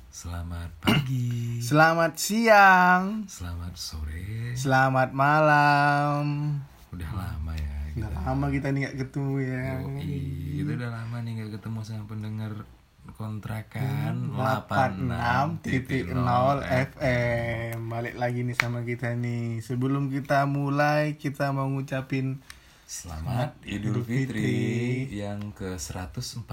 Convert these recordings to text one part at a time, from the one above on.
Selamat pagi. Selamat siang. Selamat sore. Selamat malam. Udah lama ya kita. Udah lama kita nih gak ketemu ya. Kita udah lama nih gak ketemu sama pendengar kontrakan 86.0 FM. Balik lagi nih sama kita nih. Sebelum kita mulai, kita mau ngucapin Selamat Idul Fitri yang ke 1441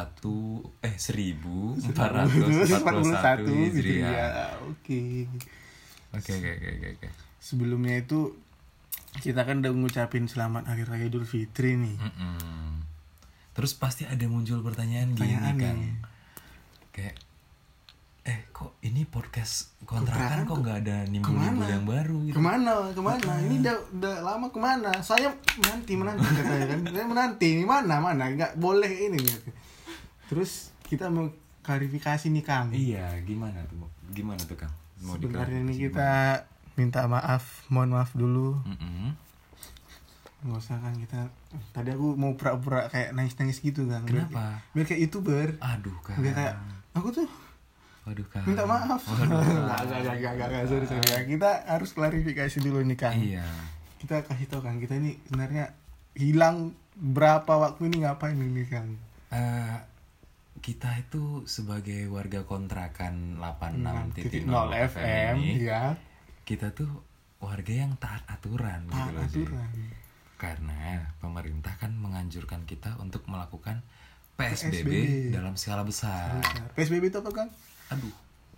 Hijriah. Oke. Oke. Sebelumnya itu kita kan udah ngucapin selamat Hari Raya Idul Fitri nih. Terus pasti ada muncul pertanyaan gini kan. Kayak kok ini podcast kontrakan kok nggak ada nimbul yang baru gitu. Kemana? Ini udah lama kemana? Saya menanti katanya kan. Saya menanti mana nggak boleh ini. Terus kita mau klarifikasi nih Kang. Iya, gimana tuh Kang? Mau sebenarnya ini kita minta maaf, mohon maaf dulu. Nggak usah kan kita. Tadi aku mau pura-pura kayak nangis gitu Kang. Kenapa? Biar kayak YouTuber. Aduh Kang. Biar kayak aku tuh. Waduh Kang. Minta maaf. Enggak, sorry ya. Kita harus klarifikasi dulu nih Kang. Iya. Kita kasih tahu Kang, kita ini sebenarnya hilang berapa waktu ini ngapain ini Kang? Kita itu sebagai warga kontrakan 86.0 FM ini, ya. Kita tuh warga yang taat aturan gitu loh. Aturan. Karena pemerintah kan menganjurkan kita untuk melakukan PSBB dalam skala besar. PSBB itu apa Kang? Aduh.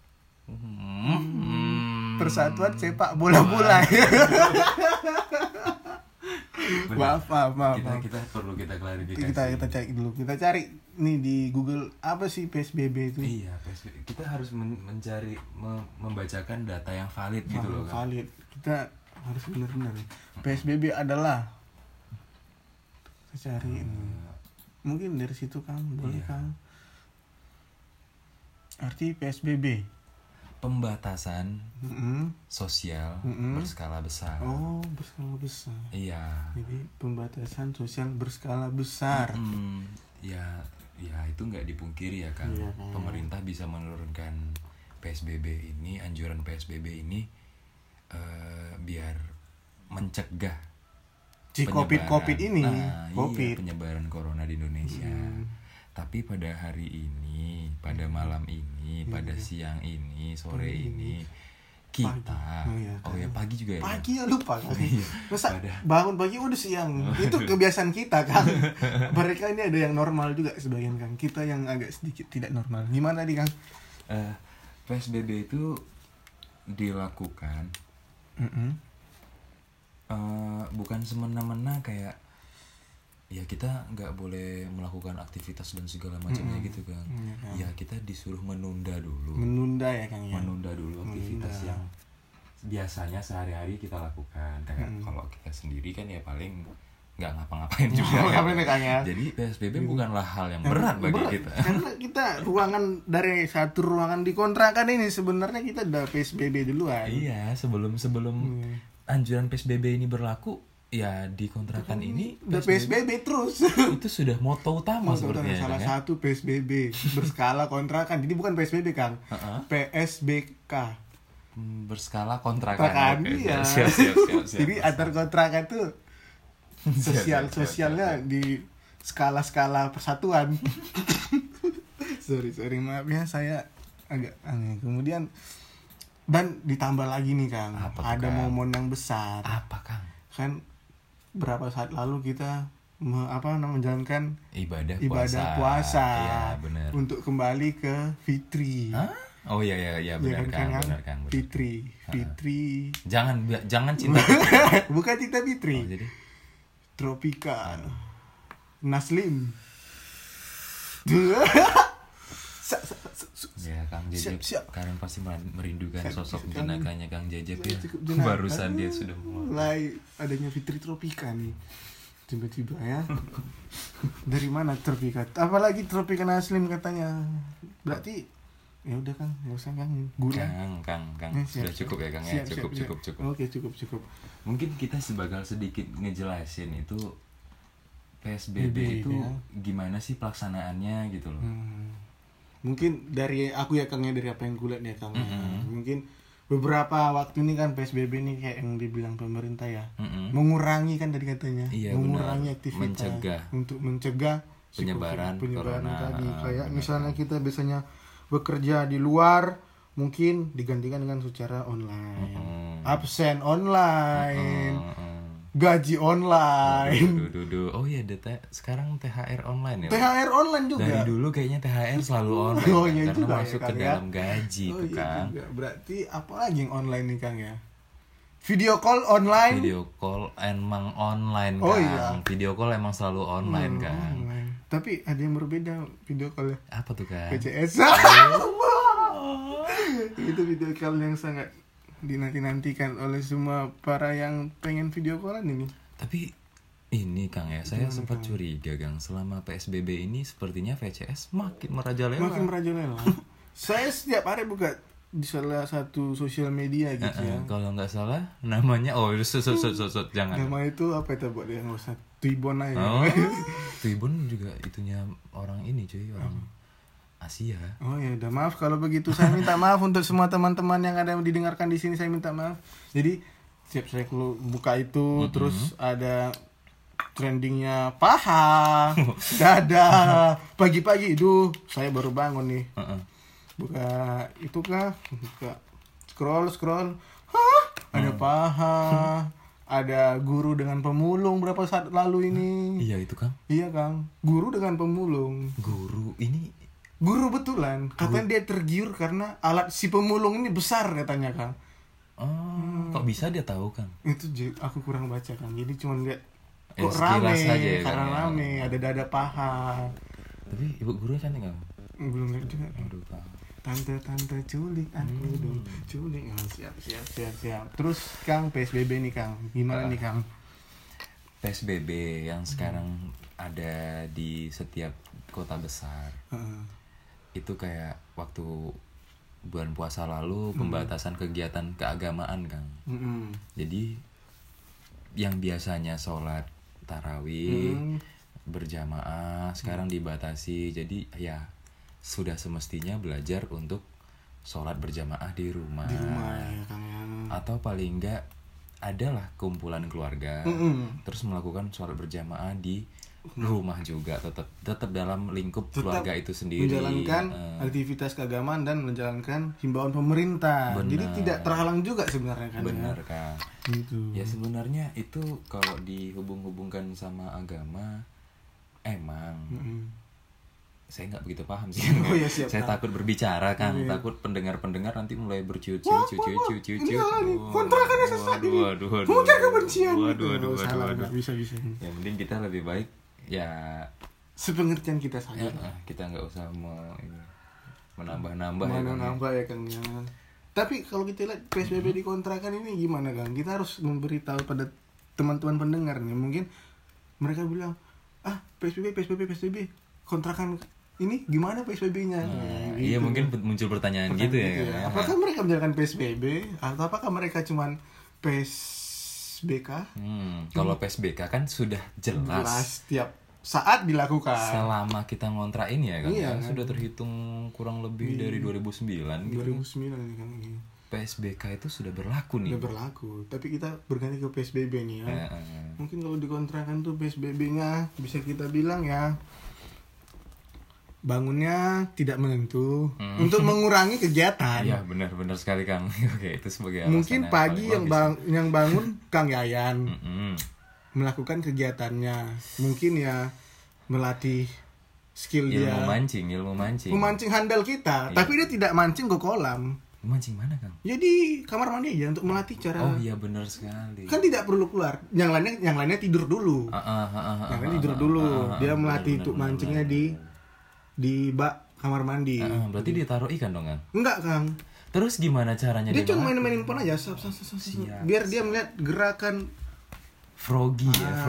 Persatuan Sepak Bola. Maaf. Kita perlu kita klarifikasi. Kita cari dulu. Kita cari nih di Google apa sih PSBB itu? Iya, PSBB. Kita harus mencari membacakan data yang valid gitu loh kan. Valid. Kita harus benar-benar. PSBB adalah kita cari mungkin dari situ Kang, boleh Kang. Arti PSBB pembatasan sosial berskala besar. Oh, berskala besar. Iya. Jadi pembatasan sosial berskala besar. Ya itu nggak dipungkiri ya kan. Iya, pemerintah bisa menurunkan PSBB ini, anjuran PSBB ini biar mencegah COVID ini. Iya, penyebaran corona di Indonesia. Tapi pada hari ini, pada malam ini, pada siang ini, sore ini kita pagi juga ya. Pagi ya lupa kan. Masa bangun pagi udah siang. Itu kebiasaan kita kan. Mereka ini ada yang normal juga sebagian Kang. Kita yang agak sedikit tidak normal. Gimana nih Kang? PSBB itu dilakukan bukan semena-mena kayak ya kita nggak boleh melakukan aktivitas dan segala macamnya gitu kan. Ya kita disuruh menunda dulu. Menunda ya Kang ya. Menunda dulu aktivitas yang biasanya sehari-hari kita lakukan. Kayak kalau kita sendiri kan ya paling nggak ngapa-ngapain juga. Ya. Jadi PSBB bukanlah hal yang berat bagi kita. Karena kita dari satu ruangan di kontrakan ini sebenarnya kita udah PSBB duluan. Iya, sebelum anjuran PSBB ini berlaku. Ya di kontrakan ini udah PSBB terus. Itu sudah moto utama sebenarnya. Salah satu PSBB berskala kontrakan. Jadi bukan PSBB Kang. PSBK. Berskala kontrakan. Iya. Siap. Jadi antar kontrakan tuh sosialnya di skala persatuan. sorry maaf ya, saya agak aneh. Kemudian dan ditambah lagi nih Kang, ada momen yang besar. Apa Kang? Kan berapa saat lalu kita menjalankan ibadah puasa ya, bener. Untuk kembali ke Fitri. Hah? Oh iya benar kan. Fitri. Jangan cinta. Bukan cinta Fitri. Oh, jadi Tropika. Naslim. Ya Kang Jejep sekarang pasti merindukan sosok jenakanya Kang Jejep ya. Barusan dia sudah mulai adanya Fitri Tropika nih. Tiba-tiba ya. Dari mana Tropika? Apalagi Tropika Naslim katanya. Berarti ya udah Kang, enggak usah Kang. Gula. Kang. Sudah cukup ya Kang ya. Cukup. Oke, cukup. Mungkin kita sebagai sedikit ngejelasin itu PSBB itu gimana sih pelaksanaannya gitu loh. mungkin dari aku ya Kang, dari apa yang kulihat ya Kang. Mungkin beberapa waktu ini kan PSBB ini kayak yang dibilang pemerintah ya, mengurangi kan tadi katanya, mengurangi aktivitas untuk mencegah penyebaran corona tadi. Kayak misalnya kita biasanya bekerja di luar, mungkin digantikan dengan secara online, absen online, gaji online. Oh iya, sekarang THR online ya. THR online juga. Dari dulu kayaknya THR selalu online. Oh iya, karena juga masuk ya, ke dalam gaji oh, itu iya kan. Juga. Berarti apa lagi yang online nih Kang ya? Video call online. Video call emang online Oh, Kang. iya. Video call emang selalu online kan. Online. Tapi ada yang berbeda video call. Apa tuh kan? PCS. Itu video call yang sangat dinanti-nantikan oleh semua para yang pengen video callan ini. Tapi ini Kang ya, saya sempat curiga Kang, selama PSBB ini sepertinya VCS makin merajalela. Saya setiap hari buka di salah satu sosial media gitu ya. Kalau nggak salah namanya jangan. Nama itu apa itu buat dia, nggak usah Twibbon aja. Oh, Twibbon juga itunya orang ini cuy, orang Asia. Oh ya udah, maaf kalau begitu. Saya minta maaf untuk semua teman-teman yang ada didengarkan di sini, saya minta maaf. Jadi siap saya buka itu, terus ada trendingnya paha, dada, pagi-pagi itu saya baru bangun nih. Buka itu kah? Buka scroll. Hah? Ada paha. Ada guru dengan pemulung berapa saat lalu ini. Iya itu Kang. Iya Kang. Guru dengan pemulung. Guru betulan, katanya dia tergiur karena alat si pemulung ini besar katanya Kang. Kok bisa dia tahu Kang? Itu aku kurang baca Kang, jadi cuma lihat kok rame aja, ya, karena kan, rame, ada dada paha. Tapi ibu gurunya cantik Kang? Belum lihat juga. Aduh Kang. Tante culik aku dong, culik. Siap. Terus Kang PSBB nih Kang, gimana nih Kang? PSBB yang sekarang ada di setiap kota besar. Itu kayak waktu bulan puasa lalu pembatasan kegiatan keagamaan Kang. Jadi yang biasanya sholat tarawih berjamaah sekarang dibatasi. Jadi ya sudah semestinya belajar untuk sholat berjamaah di rumah ya Kang ya. Atau paling enggak adalah kumpulan keluarga terus melakukan sholat berjamaah di rumah juga, tetap dalam lingkup keluarga itu sendiri, menjalankan aktivitas keagamaan dan menjalankan himbauan pemerintah. Benar. Jadi tidak terhalang juga sebenarnya kan. Benar Kang. Gitu. Ya sebenarnya itu kalau dihubung-hubungkan sama agama emang saya nggak begitu paham sih. Oh, ya, siap, saya takut berbicara kan, takut pendengar nanti mulai berciut-ciut. Kontrakannya sesat ini. Mengujar kebencian. Waduh. Bisa. Ya mending kita lebih baik ya sepengertian kita saja. Kita nggak usah menambah ya Kang ya. Tapi kalau kita lihat PSBB di kontrakan ini gimana Kang? Kita harus memberitahu pada teman-teman pendengar nih. Mungkin mereka bilang, PSBB kontrakan ini gimana PSBB-nya? Gitu. Iya mungkin muncul pertanyaan gitu ya. Apakah mereka menjalankan PSBB atau apakah mereka cuman PSBK? Kalau PSBK kan sudah jelas tiap saat dilakukan. Selama kita ngontrak ini ya kan, kan? Sudah terhitung kurang lebih dari 2009 gitu. 2009 kan. PSBK itu sudah berlaku nih. Sudah berlaku, tapi kita berganti ke PSBB nih ya. Mungkin kalau dikontrakan tuh PSBB-nya bisa kita bilang ya, bangunnya tidak menentu untuk mengurangi kegiatan. Iya benar sekali Kang. Oke, itu sebagai alasan. Mungkin pagi yang bangun Kang Yayan melakukan kegiatannya, mungkin ya melatih skill dia. Ilmu mancing handal kita, tapi dia tidak mancing ke kolam. Mancing mana Kang? Jadi kamar mandi aja untuk melatih cara. Oh iya benar sekali. Kan tidak perlu keluar. Yang lainnya tidur dulu. Yang lainnya tidur dulu. Dia melatih untuk mancingnya di bak kamar mandi. Berarti dia taruh ikan dong Kang? Enggak Kang. Terus gimana caranya dia cuma main-mainin pon aja, biar dia melihat gerakan Froggy.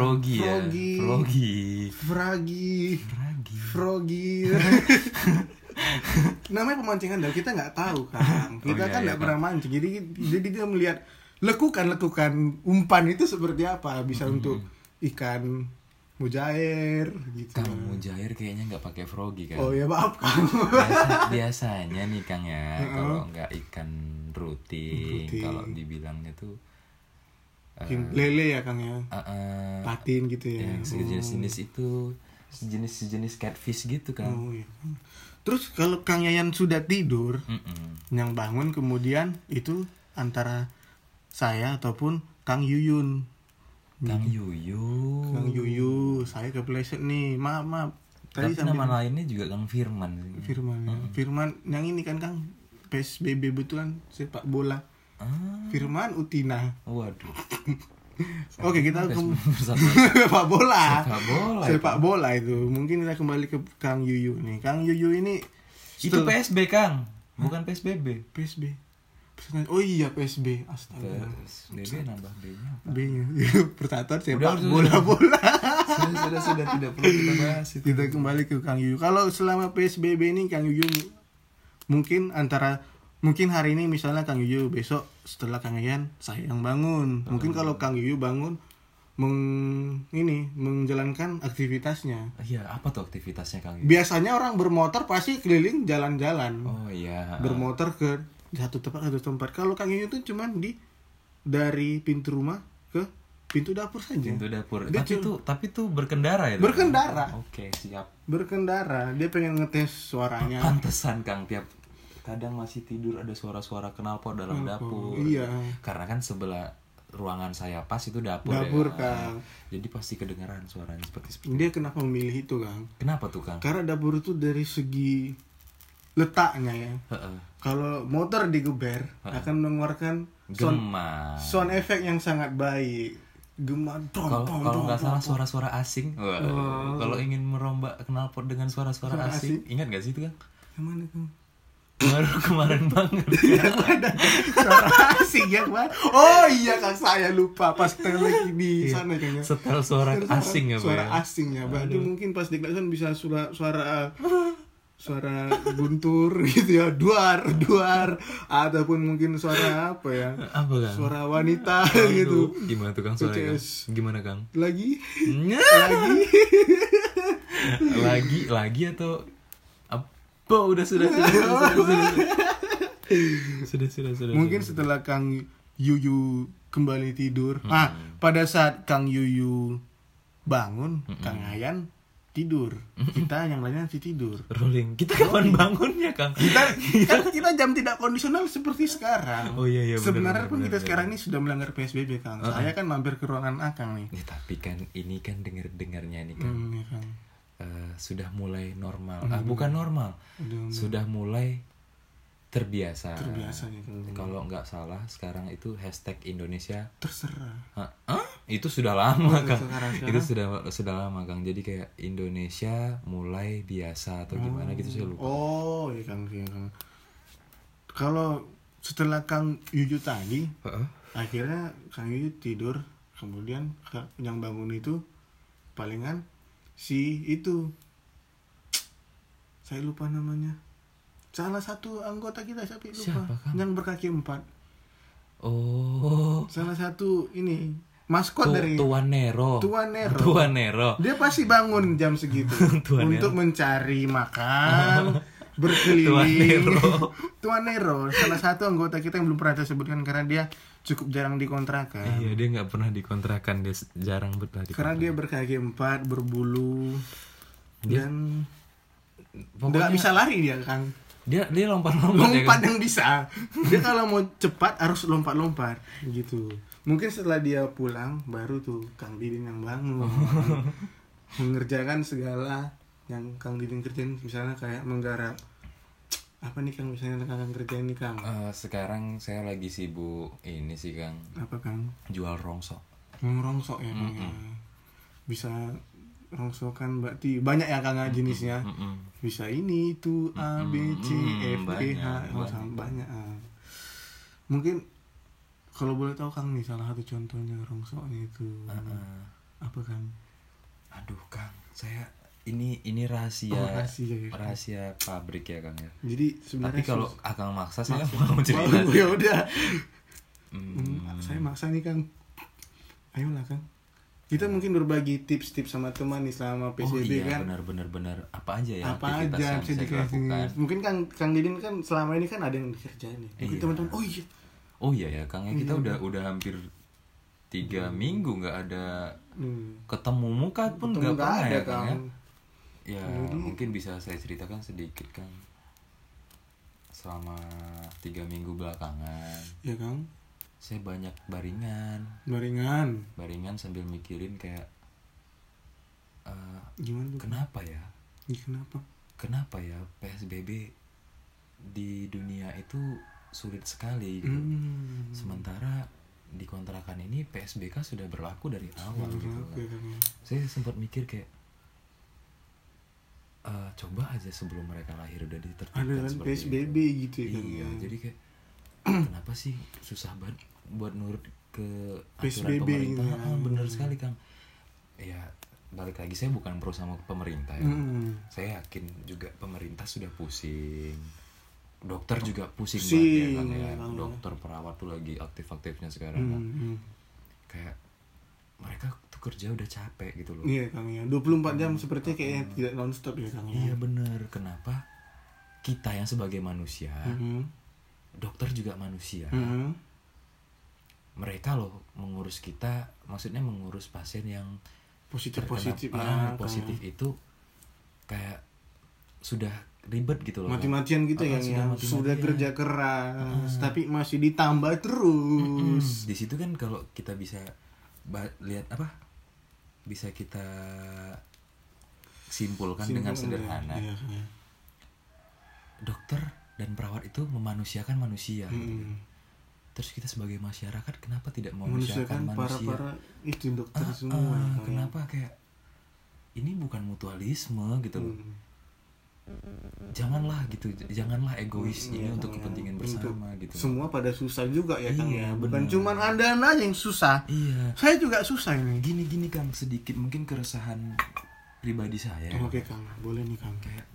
Namanya pemancing handal, kita nggak tahu Kang. Kita kan nggak pernah mancing, jadi dia melihat lekukan umpan itu seperti apa, bisa untuk ikan mujair gitu. Kang mujair kayaknya nggak pakai Frogi kan? Oh ya maaf Kang. Biasanya nih Kang ya, kalau nggak ikan ruting, kalau dibilangnya tuh lele ya Kang ya. Patin gitu ya. Yang sejenis itu sejenis catfish gitu kan. Oh iya. Terus kalau Kang Yayan sudah tidur, yang bangun kemudian itu antara saya ataupun Kang Yuyun. Kang Yuyu, saya kepleset nih, maaf. Tapi nama lainnya juga Kang Firman. Firman yang ini kan Kang PSBB betulan sepak bola. Firman Utina. Waduh. Oke, kita sepak bola itu. Mungkin kita kembali ke Kang Yuyu nih. Kang Yuyu ini itu PSB Kang, bukan PSBB. PSB. Oh iya PSB. Astaga. PSBB nambah B-nya. B-nya. Persatuan sepak bola. Sudah tidak perlu kita bahas itu. Kita kembali ke Kang Yuyu. Kalau selama PSBB ini Kang Yuyu mungkin hari ini misalnya Kang Yuyu, besok setelah Kang Yayan saya yang bangun. Mungkin kalau Kang Yuyu bangun menjalankan aktivitasnya. Iya, apa tuh aktivitasnya Kang Yuyu? Biasanya orang bermotor pasti keliling jalan-jalan. Oh iya. Bermotor ke satu tempat. Kalau Kang Yuyu tuh cuman dari pintu rumah ke pintu dapur saja. Pintu dapur. Tapi tuh berkendara ya? Berkendara. Oke, siap. Berkendara. Dia pengen ngetes suaranya. Pantesan Kang, tiap kadang masih tidur ada suara-suara knalpot dalam dapur. Iya. Karena kan sebelah ruangan saya pas itu dapur ya. Kang. Jadi pasti kedengaran suaranya seperti itu. Dia kenapa memilih itu Kang? Kenapa tuh Kang? Karena dapur itu dari segi letaknya ya. Kalau motor digeber akan mengeluarkan sound efek yang sangat baik. Gema. Kalau nggak salah suara-suara asing. Kalau ingin merombak knalpot dengan suara-suara asing, ingat nggak sih itu Kang? Yang mana Kang? Kemarin banget. Yang mana? Suara asing yang mana? Oh iya Kang, saya lupa pas kita lagi di sana kayaknya. Setel suara asing ya, suara asing ya. Berarti mungkin pas di klakson bisa suara guntur gitu ya, duar ataupun mungkin suara apa ya? Apa Kang? Suara wanita gitu. Gimana tuh Kang suaranya? Gimana Kang? Lagi atau apa? Udah sudah. Mungkin setelah Kang Yuyu kembali tidur. Pada saat Kang Yuyu bangun, Kang Yayan tidur. Kita yang lainnya masih tidur. Rolling. Kita kapan bangunnya Kang? Kita jam tidak kondisional seperti sekarang. Oh iya. Sebenarnya pun kita sekarang ini sudah melanggar PSBB Kang. Saya kan mampir ke ruangan Akang nih. Ya, tapi kan ini kan dengarnya nih Kang. Ya, Kang. Sudah mulai normal. Bukan normal. Sudah mulai terbiasa ya, kalau nggak salah sekarang itu hashtag Indonesia terserah. Itu sudah lama Kang. Itu sudah lama Kang. Jadi kayak Indonesia mulai biasa atau gimana gitu saya lupa. Oh iya Kang. Kalau setelah Kang Yuyu tadi, akhirnya Kang Yuyu tidur, kemudian yang bangun itu palingan si itu, saya lupa namanya. Salah satu anggota kita siapa? Siapa, Kang? Yang berkaki 4. Oh. Salah satu ini maskot dari Tuan Nero. Dia pasti bangun jam segitu untuk mencari makan, berkeliling. Tuan Nero, salah satu anggota kita yang belum pernah saya sebutkan karena dia cukup jarang dikontrakan. Iya, dia nggak pernah dikontrakan, dia jarang dikontrakan. Karena dia berkaki 4, berbulu, dan nggak bisa lari dia Kang. Dia lompat ya, yang bisa. Dia kalau mau cepat harus lompat gitu. Mungkin setelah dia pulang baru tuh Kang Didin yang bangun mengerjakan segala yang Kang Didin kerjain, misalnya kayak menggarap apa nih Kang, misalnya Kang kerjain nih Kang. Sekarang saya lagi sibuk ini sih Kang. Apa Kang? Jual rongsok. Rongsok ya Kang. Ya. Bisa rongsokan berarti banyak ya Kang jenisnya. Bisa ini itu A B C F G H banyak. Mungkin kalau boleh tahu Kang nih salah satu contohnya rongsoknya itu apa Kang? Aduh Kang, saya ini rahasia. Rahasia pabrik ya Kang ya. Jadi sebenarnya tapi kalau Akang maksa saya mau cerita. Ya udah. Saya maksa nih Kang. Ayolah Kang. Kita mungkin berbagi tips-tips sama teman nih selama PSBB kan. Benar. Apa aja ya apa aja yang bisa dilakukan. Mungkin Kang Didin kan selama ini kan ada yang dikerjain nih. Mungkin teman-teman oh iya ya Kang ya, kita udah hampir 3 minggu nggak ada ketemu muka pun nggak pernah ya Kang ya. Mungkin bisa saya ceritakan sedikit Kang. Selama 3 minggu belakangan ya Kang, saya banyak baringan sambil mikirin kayak gimana tuh? Kenapa ya PSBB di dunia itu sulit sekali gitu. Sementara di kontrakan ini PSBK sudah berlaku dari awal gitu. Saya sempat mikir kayak coba aja sebelum mereka lahir udah ditertibkan seperti PSBB itu. Gitu ya kan. Iya, jadi kayak kenapa sih susah banget buat nurut ke aturan PSBB pemerintah. gitu. Bener sekali Kang. Ya balik lagi, saya bukan pro sama pemerintah ya. Saya yakin juga pemerintah sudah pusing. Dokter juga pusing banget ya Kang ya. Dokter, perawat tuh lagi aktif-aktifnya sekarang kan. Kayak mereka tuh kerja udah capek gitu loh. Iya Kang ya, 24 jam sepertinya kayaknya tidak non-stop ya Kang ya. Iya bener, kenapa kita yang sebagai manusia, dokter juga manusia, mereka loh mengurus kita, maksudnya mengurus pasien yang positif itu kayak sudah ribet gitu loh. Mati-matian gitu ya, sudah kerja keras, tapi masih ditambah terus. Di situ kan kalau kita bisa lihat bisa kita simpulkan dengan sederhana. Iya. Dokter dan perawat itu memanusiakan manusia. Gitu. Terus kita sebagai masyarakat kenapa tidak memanusiakan manusia? Para itu dokter semua. Kenapa kayak ini bukan mutualisme gitu loh. Janganlah egois ini untuk kepentingan bersama gitu. Semua pada susah juga ya Kang ya. Bukan bener. cuman Anda aja yang susah. Iya. Saya juga susah ini. Gini Kang, sedikit mungkin keresahan pribadi saya. Oke Kang, boleh nih Kang. Kayak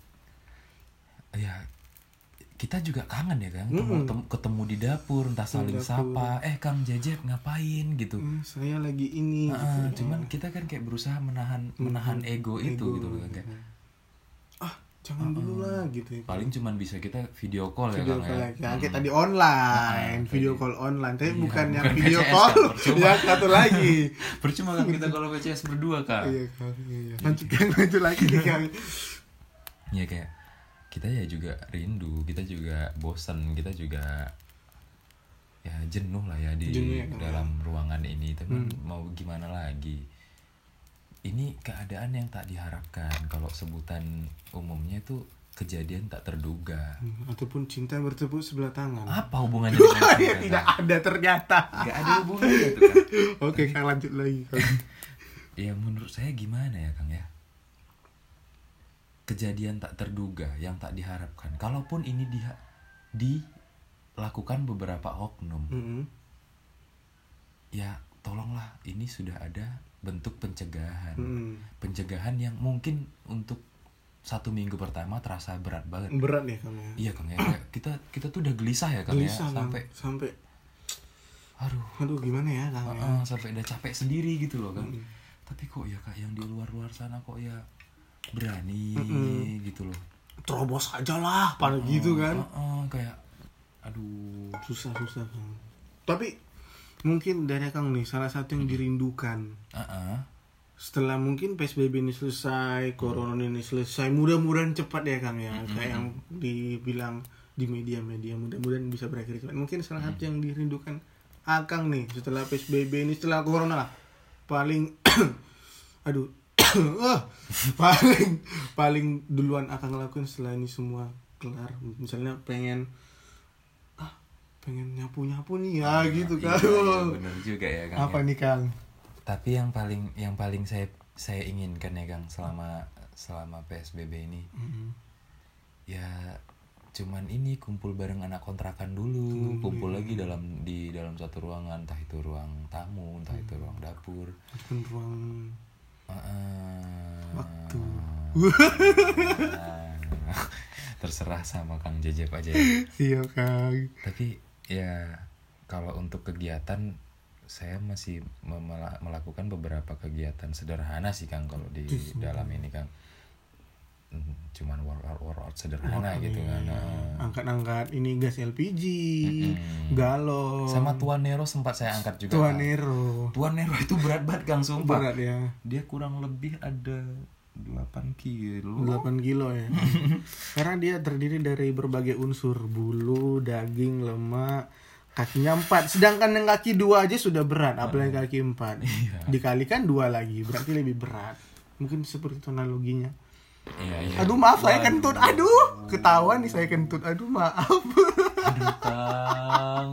ya kita juga kangen ya Kang, ketemu di dapur, entah saling sapa, Kang Jejep ngapain gitu. Saya lagi ini. Gitu. Cuman kita kan kayak berusaha menahan ego itu gitu loh kayak. Jangan dulu lah gitu ya. Paling cuman bisa kita video call ya Kang ya. Kita di online, video call online. Tapi bukan yang video PCS, call yang satu lagi. Percuma kan kita kalau PCS berdua Kang. Iya Kang, iya. Lanjut lagi nih Kang. Ya kayak kita ya juga rindu, kita juga bosan, kita juga ya jenuh lah ya di dalam ruangan ini. Tapi mau gimana lagi? Ini keadaan yang tak diharapkan. Kalau sebutan umumnya itu kejadian tak terduga. Ataupun cinta bertepuk sebelah tangan. Apa hubungannya dengan cinta? Tidak ada ternyata. Gak ada hubungannya itu Kang. Oke Kang, lanjut lagi Kang. Ya menurut saya gimana ya Kang ya? Kejadian tak terduga yang tak diharapkan. Kalaupun ini dilakukan beberapa oknum, ya tolonglah, ini sudah ada bentuk pencegahan. Pencegahan yang mungkin untuk 1 minggu pertama terasa berat banget. Berat ya Kang ya. Iya Kang ya. Kita tuh udah gelisah ya Kang ya. Sampai aduh gimana ya Kang ya. Sampai udah capek sendiri gitu loh Kang. Tapi kok ya Kak yang di luar sana kok ya berani gitu loh. Terobos aja lah pada gitu kan. Kayak aduh susah Kang. Tapi mungkin dari Kang nih salah satu yang dirindukan setelah mungkin PSBB ini selesai, Corona ini selesai, mudah-mudahan cepat ya Kang ya. Kayak yang dibilang di media-media, mudah-mudahan bisa berakhir cepat. Mungkin salah satu yang dirindukan Akang nih setelah PSBB ini, setelah Corona lah, paling paling duluan Akang lakukan setelah ini semua kelar. Misalnya pengen nyapu nih ya gitu kan. Iya, bener juga ya Kang. Apa nih Kang? Tapi yang paling saya inginkan ya Kang selama PSBB ini, ya cuman ini kumpul bareng anak kontrakan dulu, kumpul lagi di dalam satu ruangan, entah itu ruang tamu, entah itu ruang dapur, ruang waktu. Terserah sama Kang Jejep aja ya. Iya Kang. Tapi ya kalau untuk kegiatan saya masih melakukan beberapa kegiatan sederhana sih Kang kalau di dalam ini Kang. Cuman workout sederhana gitu kan. Angkat-angkat ini gas LPG, galon. Sama Tuan Nero sempat saya angkat juga. Tuan Nero itu berat banget Kang, sumpah. Berat ya. Dia kurang lebih ada 8 kilo. 8 kilo ya. Karena dia terdiri dari berbagai unsur, bulu, daging, lemak. Kakinya 4, sedangkan yang kaki 2 aja sudah berat, apalagi kaki 4. Iya. Dikalikan 2 lagi, berarti lebih berat. Mungkin seperti itu analoginya. Iya. Aduh maaf, saya kentut. Aduh, ketahuan nih saya kentut. Aduh maaf. Aduh Kang.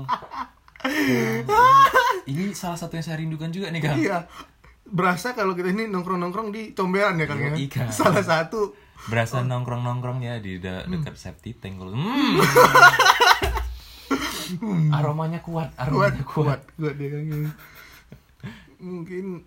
Ini salah satu yang saya rindukan juga nih Kang. Iya. Berasa kalau kita ini nongkrong-nongkrong di comberan ya Kang ya. Iya. Salah satu. Berasa nongkrong-nongkrong ya di dekat septic tank kalau. Aromanya kuat dia Kang. Mungkin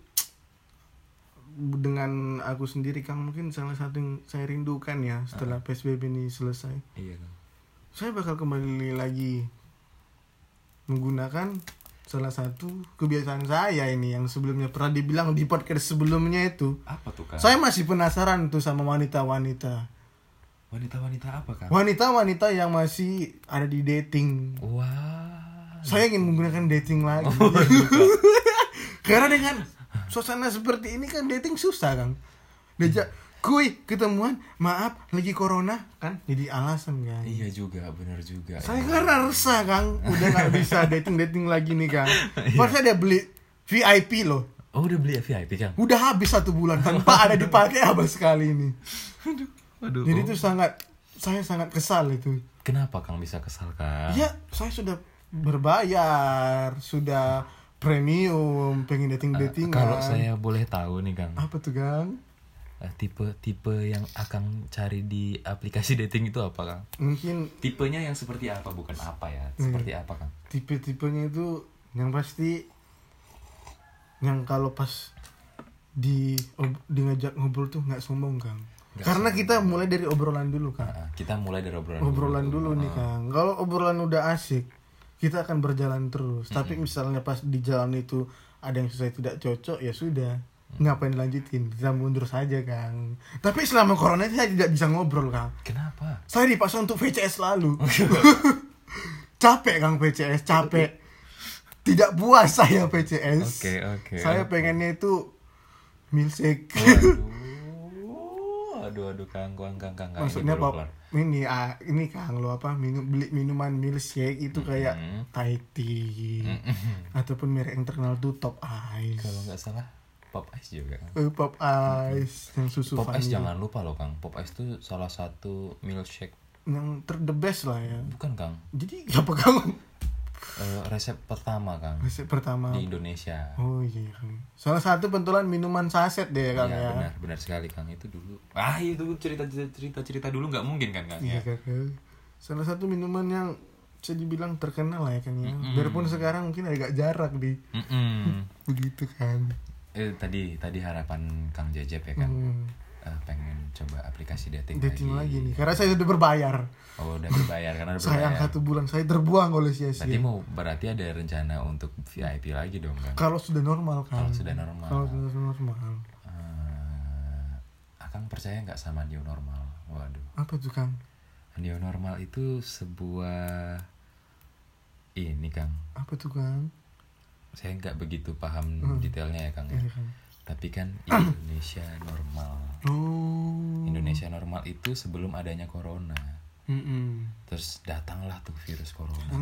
dengan aku sendiri Kang, mungkin salah satu yang saya rindukan ya setelah PSBB ini selesai. Iya Kang. Saya bakal kembali lagi menggunakan salah satu kebiasaan saya ini yang sebelumnya pernah dibilang di podcast sebelumnya itu. Apa tuh Kang? Saya masih penasaran tuh sama wanita-wanita. Wanita-wanita apa Kang? Wanita-wanita yang masih ada di dating. Wah. Saya ingin menggunakan dating lagi. Karena dengan suasana seperti ini kan dating susah Kang. Diajak kuy ketemuan, maaf lagi corona kan jadi alasan kan. Iya juga, benar juga. Saya karena resah Kang, udah nggak bisa dating lagi nih Kang. Padahal dia beli VIP loh. Oh udah beli VIP Kang? Udah habis 1 bulan tanpa ada dipakai apa sekali ini. Waduh. Jadi itu saya sangat kesal itu. Kenapa Kang bisa kesal Kang? Ya saya sudah berbayar, sudah premium, pengen dating-datingan. Kalau saya boleh tahu nih Kang. Apa tuh Kang? Tipe yang akan cari di aplikasi dating itu apa Kang? Mungkin tipenya yang seperti apa, bukan apa ya? Seperti apa Kang? Tipe-tipenya itu yang pasti yang kalau pas di ngajak ngobrol tuh nggak sombong Kang. Karena kita mulai dari obrolan dulu Kang. Kita mulai dari obrolan dulu nih Kang. Kalau obrolan udah asik, kita akan berjalan terus. Tapi misalnya pas di jalan itu ada yang saya tidak cocok, ya sudah. Ngapain dilanjutin? Kita mundur saja Kang. Tapi selama corona itu saya tidak bisa ngobrol Kang. Kenapa? Saya dipaksa untuk VCS selalu. Capek Kang VCS, capek. Tidak puas saya VCS. Oke. Saya pengennya itu milkshake. Aduh Kang. Maksudnya ini Kang lo beli minuman milkshake itu kayak Thai tea ataupun merek yang terkenal tuh Top Ice. Kalau nggak salah Pop Ice juga. Pop Ice yang susu Pop vanilla. Ice jangan lupa loh Kang. Pop Ice itu salah satu milkshake yang the best lah ya. Bukan Kang. Jadi apa Kang? Resep pertama Kang. Resep pertama di Indonesia. Oh iya Kang. Salah satu pentolan minuman saset deh Kang ya. Benar sekali Kang, itu dulu. Itu cerita dulu nggak mungkin kan Kang? Iya Kang. Salah satu minuman yang bisa dibilang terkenal lah ya Kang ya. Biarpun sekarang mungkin agak jarak di. Begitu kan. Tadi harapan Kang Jejep ya Kang. Pengen coba aplikasi dating lagi nih karena saya sudah berbayar. Udah berbayar karena udah berbayar. Sayang 1 bulan saya terbuang oleh sia-sia. Berarti ada rencana untuk VIP lagi dong Kang? Kalau sudah normal Kang. Kalau sudah normal. Akang percaya nggak sama new normal? Waduh. Apa tuh Kang? New normal itu sebuah ini Kang. Apa tuh Kang? Saya nggak begitu paham detailnya ya Kang ya. Tapi kan Indonesia normal. Indonesia normal itu sebelum adanya corona. Terus datanglah tuh virus corona.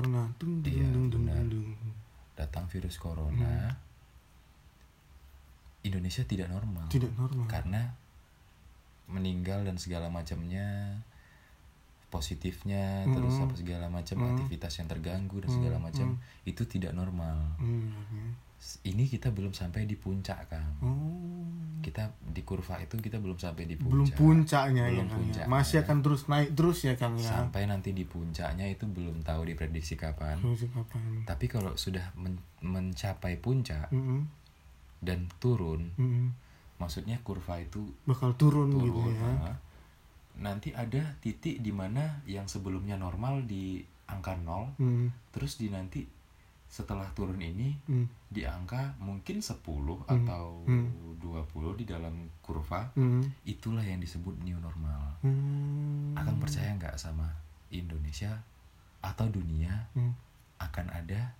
Datang virus corona. Indonesia tidak normal. Karena meninggal dan segala macamnya, positifnya, terus apa segala macam aktivitas yang terganggu dan segala macam itu tidak normal. Ini kita belum sampai di puncak Kang. Kita di kurva itu kita belum sampai di puncak. Belum puncaknya ya Kang. Masih akan terus naik terus ya Kang ya. Sampai nanti di puncaknya itu belum tahu diprediksi kapan. Tapi kalau sudah mencapai puncak dan turun, maksudnya kurva itu bakal turun gitu ya. Nanti ada titik di mana yang sebelumnya normal di angka 0, terus di nanti setelah turun ini di angka mungkin 10 atau 20 di dalam kurva, itulah yang disebut new normal. Akang percaya nggak sama Indonesia atau dunia akan ada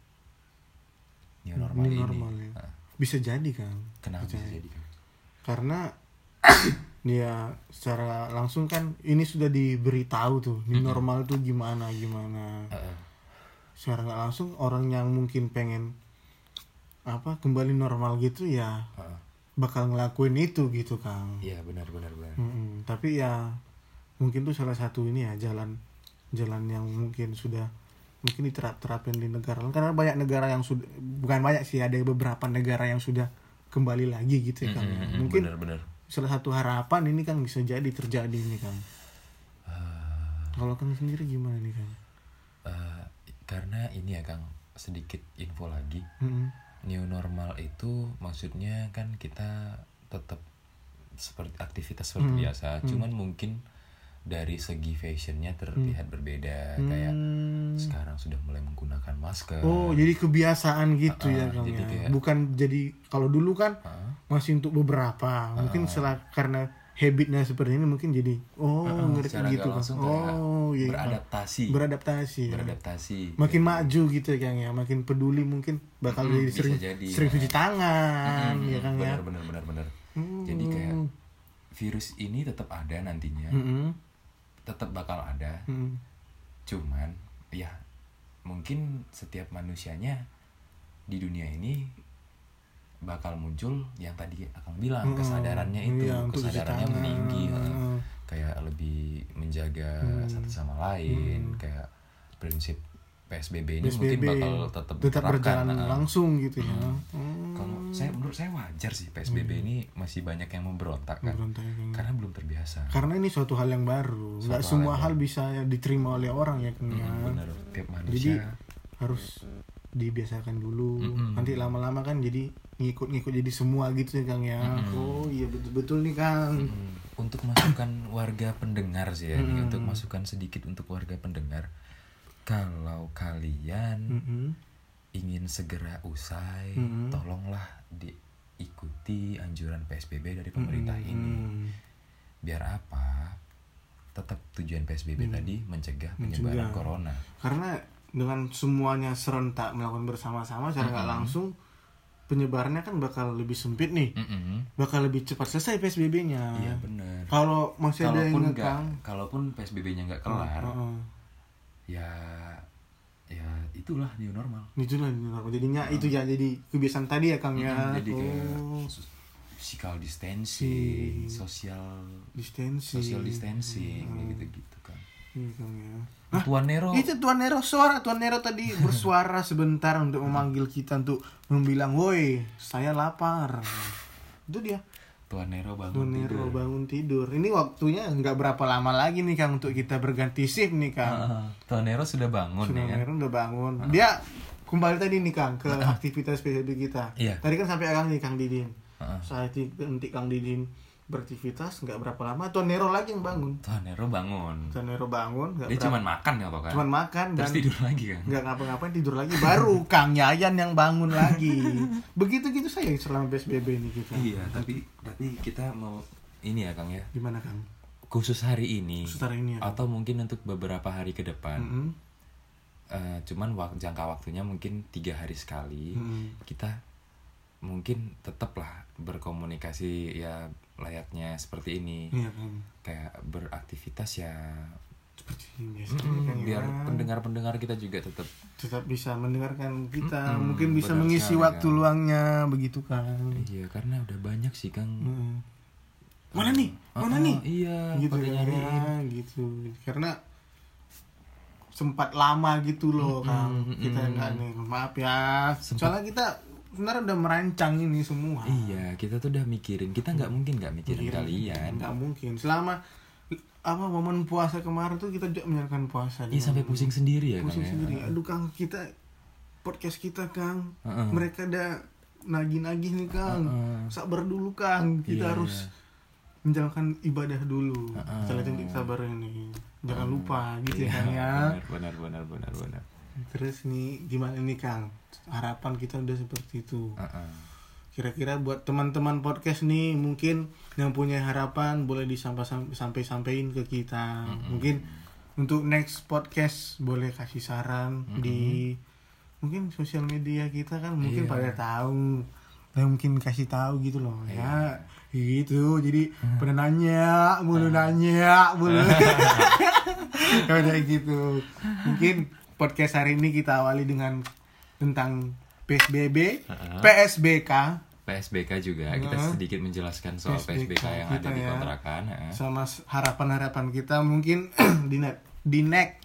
new normal ini? Ya. Bisa jadi kan? Kenapa bisa jadi kan? Karena ya secara langsung kan ini sudah diberitahu tuh new normal tuh gimana. Secara nggak langsung orang yang mungkin pengen kembali normal gitu ya bakal ngelakuin itu gitu Kang. Iya benar. Tapi ya mungkin tuh salah satu ini ya jalan yang mungkin diterapin di negara lain, karena banyak negara yang sudah, bukan banyak sih, ada beberapa negara yang sudah kembali lagi gitu ya Kang. Mungkin benar. salah satu harapan ini Kang bisa jadi terjadi nih Kang. Kalau Kang sendiri gimana nih Kang? Karena ini ya Kang, sedikit info lagi. New normal itu maksudnya kan kita tetap seperti aktivitas seperti biasa, cuman mungkin dari segi fashionnya terlihat berbeda. Kayak sekarang sudah mulai menggunakan masker. Oh, jadi kebiasaan gitu ya Kang ya. Kayak, bukan jadi kalau dulu kan masih untuk beberapa. Mungkin setelah karena habitnya seperti ini mungkin jadi ngerti gitu kan. Iya. Beradaptasi. Makin maju gitu ya Kang ya. Makin peduli mungkin bakal jadi sering cuci tangan ya Kang ya. Benar. Jadi kayak virus ini tetap ada nantinya. Tetap bakal ada. Cuman ya mungkin setiap manusianya di dunia ini bakal muncul yang tadi Akang bilang, kesadarannya itu, kesadarannya meninggi, kayak lebih menjaga satu sama lain, kayak prinsip PSBB ini mungkin bakal tetap berjalan langsung gitu ya. Kalau menurut saya wajar sih PSBB ini masih banyak yang memberontak kan, karena belum terbiasa. Karena ini suatu hal yang baru, nggak semua hal bisa diterima oleh orang ya kan. Benar, tiap manusia. Jadi harus dibiasakan dulu, nanti lama-lama kan jadi ngikut jadi semua gitu ya Kang ya. Oh iya betul nih Kang. Untuk masukan warga pendengar sih ya, untuk masukan sedikit untuk warga pendengar, kalau kalian ingin segera usai, tolonglah diikuti anjuran PSBB dari pemerintah ini. Biar apa? Tetap tujuan PSBB tadi mencegah penyebaran corona. Karena dengan semuanya serentak melakukan bersama-sama secara nggak langsung, penyebarannya kan bakal lebih sempit nih, bakal lebih cepat selesai PSBB-nya. Iya benar. Kalau masih ada yang kalaupun PSBB-nya nggak kelar, ya itulah new normal. Jadinya itu ya jadi kebiasaan tadi ya Kang ya. Jadi kayak physical distancing, social distancing, gitu kan. Iya Kang ya. Tuan Nero. Itu Tuan Nero tadi bersuara sebentar untuk memanggil kita untuk membilang, "Woi, saya lapar." Itu dia. Tuan Nero bangun tidur. Ini waktunya nggak berapa lama lagi nih Kang untuk kita berganti shift nih Kang. Tuan Nero sudah bangun. Udah bangun. Dia kembali tadi nih Kang ke aktivitas PSBB kita. Iya. Tadi kan sampai Kang Didin. Saat nanti Kang Didin beraktivitas nggak berapa lama Tuan Nero lagi yang bangun. Tuan Nero bangun. Dia cuma makan ya kan? Cuman makan terus tidur lagi kan? Nggak ngapa-ngapain, tidur lagi. Baru Kang Yayan yang bangun lagi. Begitu saya selama PSBB ini kita. Iya, tapi kita mau ini ya Kang ya. Gimana Kang? Khusus hari ini ya, atau mungkin untuk beberapa hari ke depan. Cuman jangka waktunya mungkin 3 hari sekali. Kita mungkin tetaplah berkomunikasi ya layaknya seperti ini. Iya, kan. Kayak beraktivitas ya seperti ini biar pendengar-pendengar kita juga tetap bisa mendengarkan kita, mungkin bisa mengisi waktu luangnya begitu kan. Iya, karena udah banyak sih Kang. Mana nih? Iya, gitu pada nyariin gitu. Karena sempat lama gitu loh Kang. Kita enggak nih, maaf ya. Soalnya kita sebenarnya udah merancang ini semua. Iya, kita tuh udah mikirin. Kita nggak mungkin nggak mikirin kalian. Nggak mungkin. Selama momen puasa kemarin tuh kita juga menjalankan puasa. Iya, sampai pusing sendiri ya Kang. Aduh Kang, kita podcast kita Kang. Mereka udah nagih-nagih nih Kang. Sabar dulu Kang. Kita harus menjalankan ibadah dulu. Setelah itu sabar ini. Jangan lupa gitu ya Kang ya. Benar. Terus nih gimana nih Kang? Harapan kita udah seperti itu. Kira-kira buat teman-teman podcast nih mungkin yang punya harapan boleh sampai-sampaiin ke kita. Mungkin untuk next podcast boleh kasih saran di mungkin sosial media kita kan mungkin pada tahu. Dan mungkin kasih tahu gitu loh. Ya, gitu. Jadi pada nanya mulu. Kayak gitu. Mungkin podcast hari ini kita awali dengan tentang PSBB, PSBK juga. Kita sedikit menjelaskan soal PSBK yang ada di kontrakan. Sama harapan-harapan kita mungkin di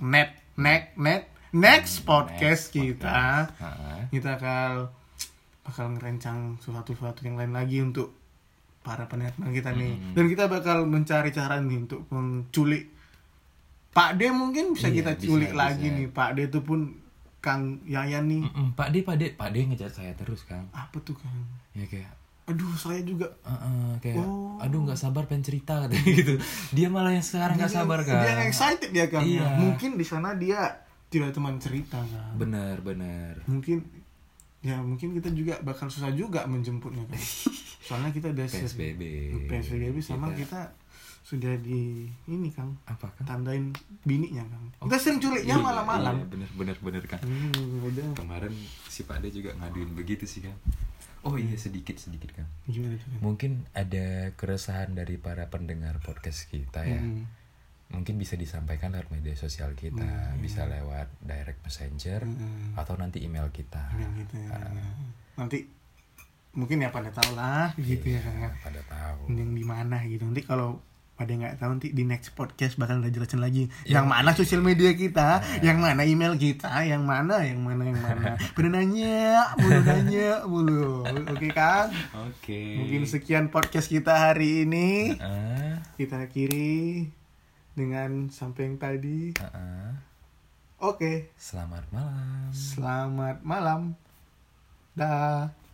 next podcast kita. Kita bakal ngerancang sesuatu yang lain lagi untuk para pendengar kita nih. Dan kita bakal mencari cara nih untuk menculik Pak D, mungkin bisa kita culik lagi nih. Pak D itu pun Kang Yayan nih. Pak D ngejar saya terus, Kang. Apa tuh, Kang? Ya kayak aduh saya juga kayak aduh nggak sabar pengen cerita katanya gitu. Dia malah yang sekarang nggak sabar, Kang. Dia excited dia, Kang. Iya. Mungkin di sana dia tidak teman cerita, Kang. Benar. Mungkin kita juga bakal susah juga menjemputnya, Kang. Soalnya kita udah PSBB sama kita sudah di ini, Kang. Apa, Kang? Tandain bininya, Kang. Kita sering culiknya malam-malam. Iya, bener, Kang. Kemarin si Pak D juga ngaduin begitu sih, Kang. Oh iya, sedikit, Kang. Gimana tuh, Kang? Mungkin ada keresahan dari para pendengar podcast kita ya. Mungkin bisa disampaikan lewat media sosial kita, bisa lewat direct messenger atau nanti email kita. Nanti mungkin ya pada tahu lah gitu ya, Kang. Pada tahu. Yang di mana gitu. Nanti kalau pada nggak tahu nanti di next podcast bakal udah jelasin lagi yang mana sosial media kita, yang mana email kita, yang mana. Pada nanya mulu. Oke, Kang? Oke. Mungkin sekian podcast kita hari ini. Kita akhiri dengan sampai yang tadi. Oke. Selamat malam. Dah.